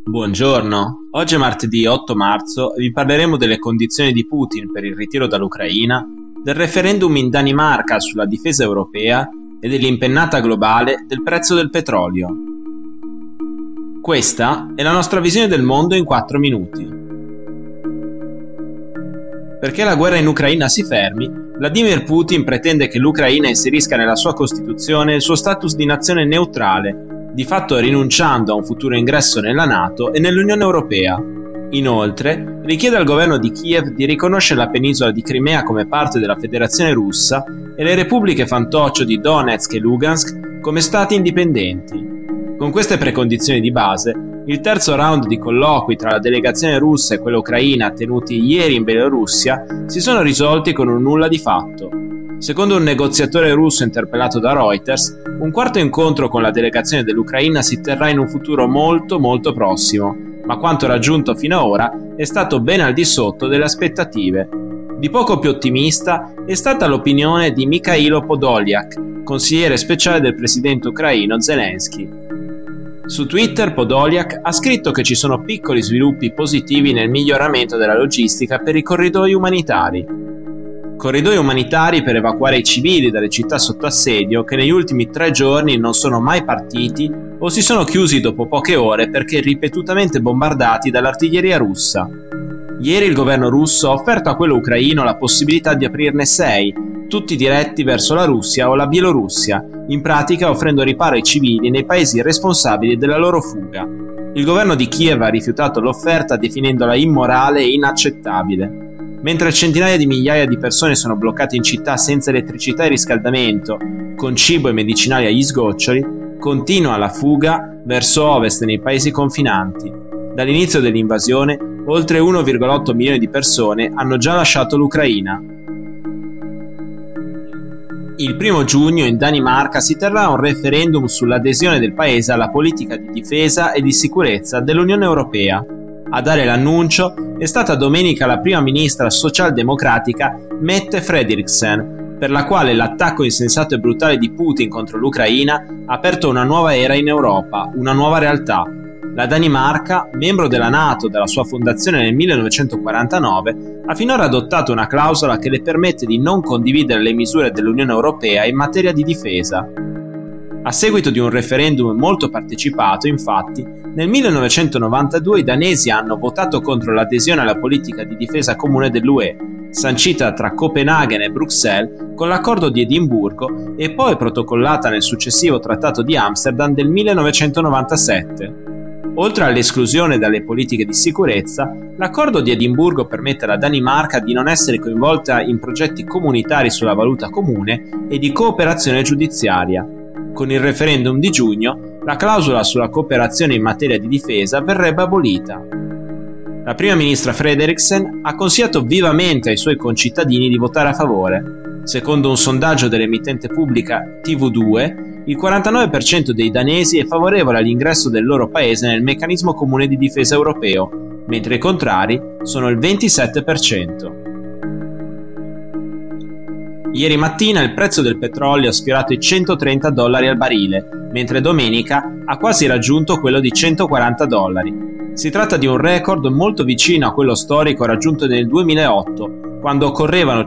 Buongiorno, oggi è martedì 8 marzo e vi parleremo delle condizioni di Putin per il ritiro dall'Ucraina, del referendum in Danimarca sulla difesa europea e dell'impennata globale del prezzo del petrolio. Questa è la nostra visione del mondo in 4 minuti. Perché la guerra in Ucraina si fermi, Vladimir Putin pretende che l'Ucraina inserisca nella sua Costituzione il suo status di nazione neutrale, di fatto rinunciando a un futuro ingresso nella NATO e nell'Unione Europea. Inoltre, richiede al governo di Kiev di riconoscere la penisola di Crimea come parte della Federazione Russa e le repubbliche fantoccio di Donetsk e Lugansk come stati indipendenti. Con queste precondizioni di base, il terzo round di colloqui tra la delegazione russa e quella ucraina tenuti ieri in Bielorussia si sono risolti con un nulla di fatto. Secondo un negoziatore russo interpellato da Reuters, un quarto incontro con la delegazione dell'Ucraina si terrà in un futuro molto prossimo, ma quanto raggiunto fino ad ora è stato ben al di sotto delle aspettative. Di poco più ottimista è stata l'opinione di Mikhailo Podolyak, consigliere speciale del presidente ucraino Zelensky. Su Twitter Podolyak ha scritto che ci sono piccoli sviluppi positivi nel miglioramento della logistica per i corridoi umanitari. Corridoi umanitari per evacuare i civili dalle città sotto assedio che negli ultimi 3 giorni non sono mai partiti o si sono chiusi dopo poche ore perché ripetutamente bombardati dall'artiglieria russa. Ieri il governo russo ha offerto a quello ucraino la possibilità di aprirne 6, tutti diretti verso la Russia o la Bielorussia, in pratica offrendo riparo ai civili nei paesi responsabili della loro fuga. Il governo di Kiev ha rifiutato l'offerta definendola immorale e inaccettabile. Mentre centinaia di migliaia di persone sono bloccate in città senza elettricità e riscaldamento, con cibo e medicinali agli sgoccioli, continua la fuga verso ovest nei paesi confinanti. Dall'inizio dell'invasione, oltre 1,8 milioni di persone hanno già lasciato l'Ucraina. Il 1 giugno in Danimarca si terrà un referendum sull'adesione del paese alla politica di difesa e di sicurezza dell'Unione Europea. A dare l'annuncio è stata domenica la prima ministra socialdemocratica Mette Frederiksen, per la quale l'attacco insensato e brutale di Putin contro l'Ucraina ha aperto una nuova era in Europa, una nuova realtà. La Danimarca, membro della NATO dalla sua fondazione nel 1949, ha finora adottato una clausola che le permette di non condividere le misure dell'Unione Europea in materia di difesa. A seguito di un referendum molto partecipato, infatti, nel 1992 i danesi hanno votato contro l'adesione alla politica di difesa comune dell'UE, sancita tra Copenaghen e Bruxelles con l'accordo di Edimburgo e poi protocollata nel successivo trattato di Amsterdam del 1997. Oltre all'esclusione dalle politiche di sicurezza, l'accordo di Edimburgo permette alla Danimarca di non essere coinvolta in progetti comunitari sulla valuta comune e di cooperazione giudiziaria. Con il referendum di giugno, la clausola sulla cooperazione in materia di difesa verrebbe abolita. La prima ministra Frederiksen ha consigliato vivamente ai suoi concittadini di votare a favore. Secondo un sondaggio dell'emittente pubblica TV2, il 49% dei danesi è favorevole all'ingresso del loro paese nel meccanismo comune di difesa europeo, mentre i contrari sono il 27%. Ieri mattina il prezzo del petrolio ha sfiorato i $130 al barile, mentre domenica ha quasi raggiunto quello di $140. Si tratta di un record molto vicino a quello storico raggiunto nel 2008, quando occorrevano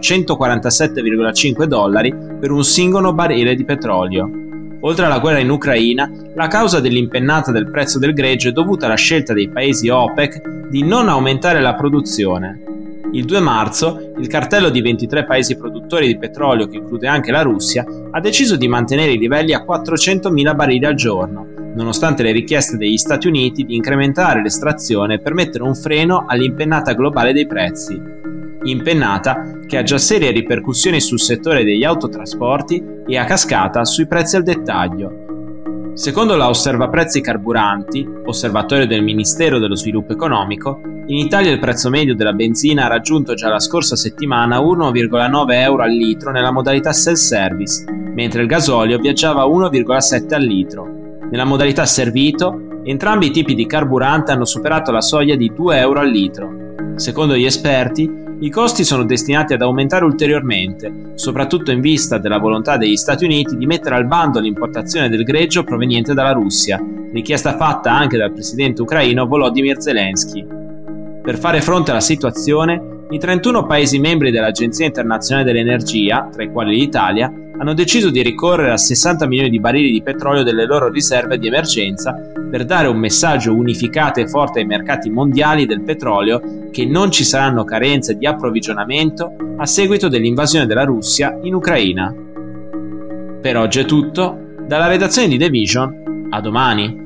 $147,5 per un singolo barile di petrolio. Oltre alla guerra in Ucraina, la causa dell'impennata del prezzo del greggio è dovuta alla scelta dei paesi OPEC di non aumentare la produzione. Il 2 marzo, il cartello di 23 paesi produttori di petrolio, che include anche la Russia, ha deciso di mantenere i livelli a 400.000 barili al giorno, nonostante le richieste degli Stati Uniti di incrementare l'estrazione per mettere un freno all'impennata globale dei prezzi. Impennata che ha già serie ripercussioni sul settore degli autotrasporti e a cascata sui prezzi al dettaglio. Secondo la Osservaprezzi Carburanti, osservatorio del Ministero dello Sviluppo Economico, in Italia il prezzo medio della benzina ha raggiunto già la scorsa settimana 1,9 euro al litro nella modalità self-service, mentre il gasolio viaggiava a 1,7 al litro. Nella modalità servito, entrambi i tipi di carburante hanno superato la soglia di 2 euro al litro. Secondo gli esperti, I costi sono destinati ad aumentare ulteriormente, soprattutto in vista della volontà degli Stati Uniti di mettere al bando l'importazione del greggio proveniente dalla Russia, richiesta fatta anche dal presidente ucraino Volodymyr Zelensky. Per fare fronte alla situazione, i 31 Paesi membri dell'Agenzia Internazionale dell'Energia, tra i quali l'Italia, hanno deciso di ricorrere a 60 milioni di barili di petrolio delle loro riserve di emergenza per dare un messaggio unificato e forte ai mercati mondiali del petrolio che non ci saranno carenze di approvvigionamento a seguito dell'invasione della Russia in Ucraina. Per oggi è tutto, dalla redazione di The Vision, a domani!